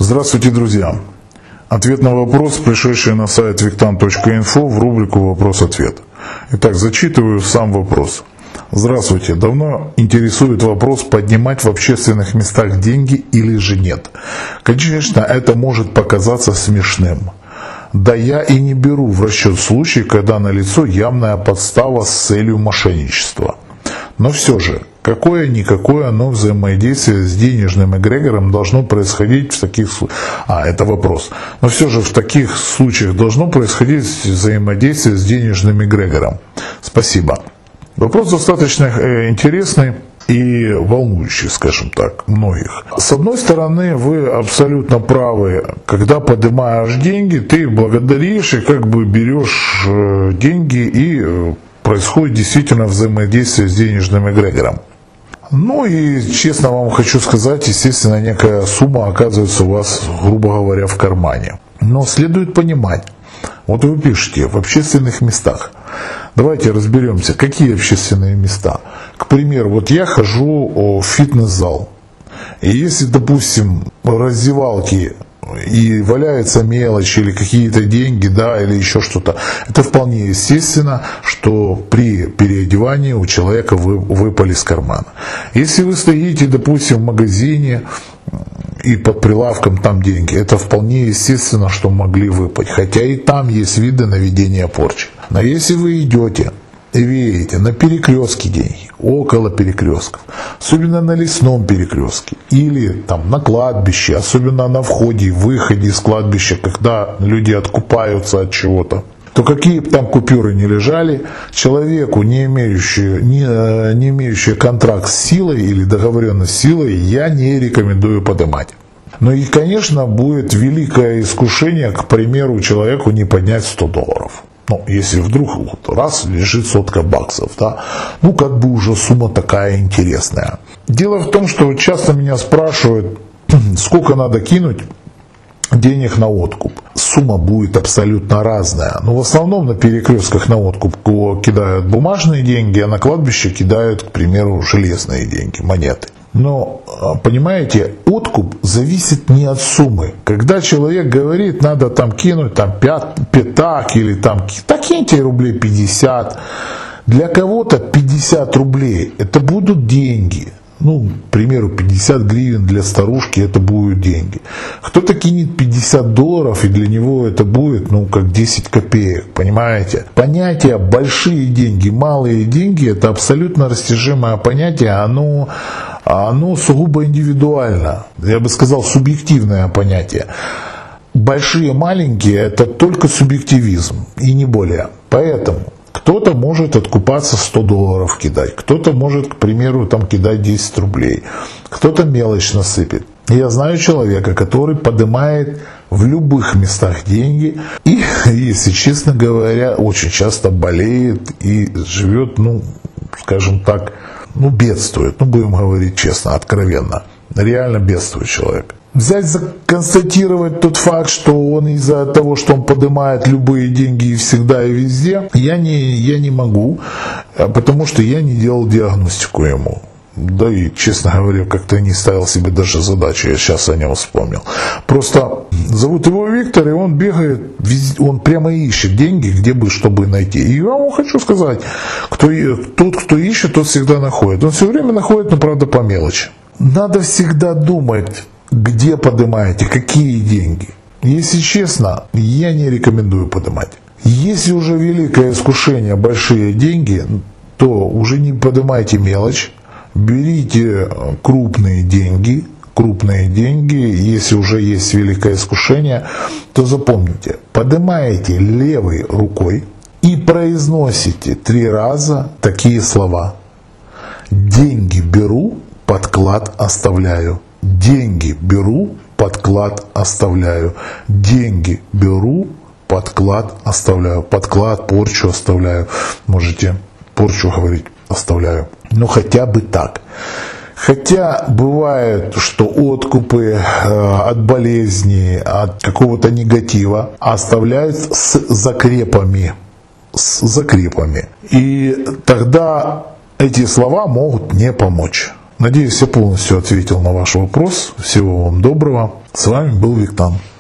Здравствуйте, друзья! Ответ на вопрос, пришедший на сайт victan.info в рубрику «Вопрос-ответ». Итак, зачитываю сам вопрос. Здравствуйте! Давно интересует вопрос, поднимать в общественных местах деньги или же нет. Конечно, это может показаться смешным. Да я и не беру в расчет случаи, когда налицо явная подстава с целью мошенничества. Но все же, какое-никакое, но взаимодействие с денежным эгрегором должно происходить в таких случаях. Это вопрос. Но все же в таких случаях должно происходить взаимодействие с денежным эгрегором. Спасибо. Вопрос достаточно интересный и волнующий, скажем так, многих. С одной стороны, вы абсолютно правы. Когда поднимаешь деньги, ты благодаришь и как бы берешь деньги, и происходит действительно взаимодействие с денежным эгрегором. Ну и честно вам хочу сказать, естественно, некая сумма оказывается у вас, грубо говоря, в кармане. Но следует понимать, вот вы пишете в общественных местах. Давайте разберемся, какие общественные места. К примеру, вот я хожу в фитнес-зал. И если, допустим, в раздевалке и валяется мелочь или какие-то деньги, да, или еще что-то, это вполне естественно, что при переодевании у человека выпали из кармана. Если вы стоите, допустим, в магазине и под прилавком там деньги, это вполне естественно, что могли выпасть, хотя и там есть виды наведения порчи. Но если вы идете и видите на перекрестке деньги, около перекрестков, особенно на лесном перекрестке или там на кладбище, особенно на входе и выходе из кладбища, когда люди откупаются от чего-то, то какие бы там купюры ни лежали, человеку, не имеющий контракт с силой или договоренность с силой, я не рекомендую поднимать. Ну и, конечно, будет великое искушение, к примеру, человеку не поднять $100. Ну, если вдруг вот раз лежит $100, да, ну как бы уже сумма такая интересная. Дело в том, что часто меня спрашивают, сколько надо кинуть денег на откуп. Сумма будет абсолютно разная. Но в основном на перекрестках на откуп кидают бумажные деньги, а на кладбище кидают, к примеру, железные деньги, монеты. Но, понимаете, откуп зависит не от суммы. Когда человек говорит, надо там кинуть там, пятак или там, киньте рублей 50. Для кого-то 50 рублей это будут деньги. Ну, к примеру, 50 гривен для старушки это будут деньги. Кто-то кинет $50, и для него это будет, ну, как 10 копеек, понимаете? Понятие большие деньги, малые деньги, это абсолютно растяжимое понятие, оно сугубо индивидуально. Я бы сказал, субъективное понятие. Большие, маленькие, это только субъективизм, и не более. Поэтому кто-то может откупаться $100 кидать, кто-то может, к примеру, там кидать 10 рублей, кто-то мелочь насыпет. Я знаю человека, который поднимает в любых местах деньги и, если честно говоря, очень часто болеет и живет, ну, скажем так, ну, бедствует, ну, будем говорить честно, откровенно. Реально бедствует человек. Взять, констатировать тот факт, что он из-за того, что он поднимает любые деньги и всегда и везде, я не могу, потому что я не делал диагностику ему. Да и, честно говоря, как-то не ставил себе даже задачу, я сейчас о нем вспомнил. Просто зовут его Виктор, и он бегает, он прямо ищет деньги, где бы, чтобы найти. И я вам хочу сказать, тот, кто ищет, тот всегда находит. Он все время находит, но, правда, по мелочи. Надо всегда думать, где поднимаете, какие деньги. Если честно, я не рекомендую поднимать. Если уже великое искушение, большие деньги, то уже не поднимайте мелочь. Берите крупные деньги, если уже есть великое искушение, то запомните, поднимаете левой рукой и произносите 3 раза такие слова. Деньги беру, подклад оставляю. Деньги беру, подклад оставляю. Деньги беру, подклад оставляю. Подклад, порчу оставляю. Можете порчу говорить оставляю. Ну хотя бы так. Хотя бывает, что откупы от болезни, от какого-то негатива оставляют с закрепами. И тогда эти слова могут не помочь. Надеюсь, я полностью ответил на ваш вопрос. Всего вам доброго. С вами был Виктан.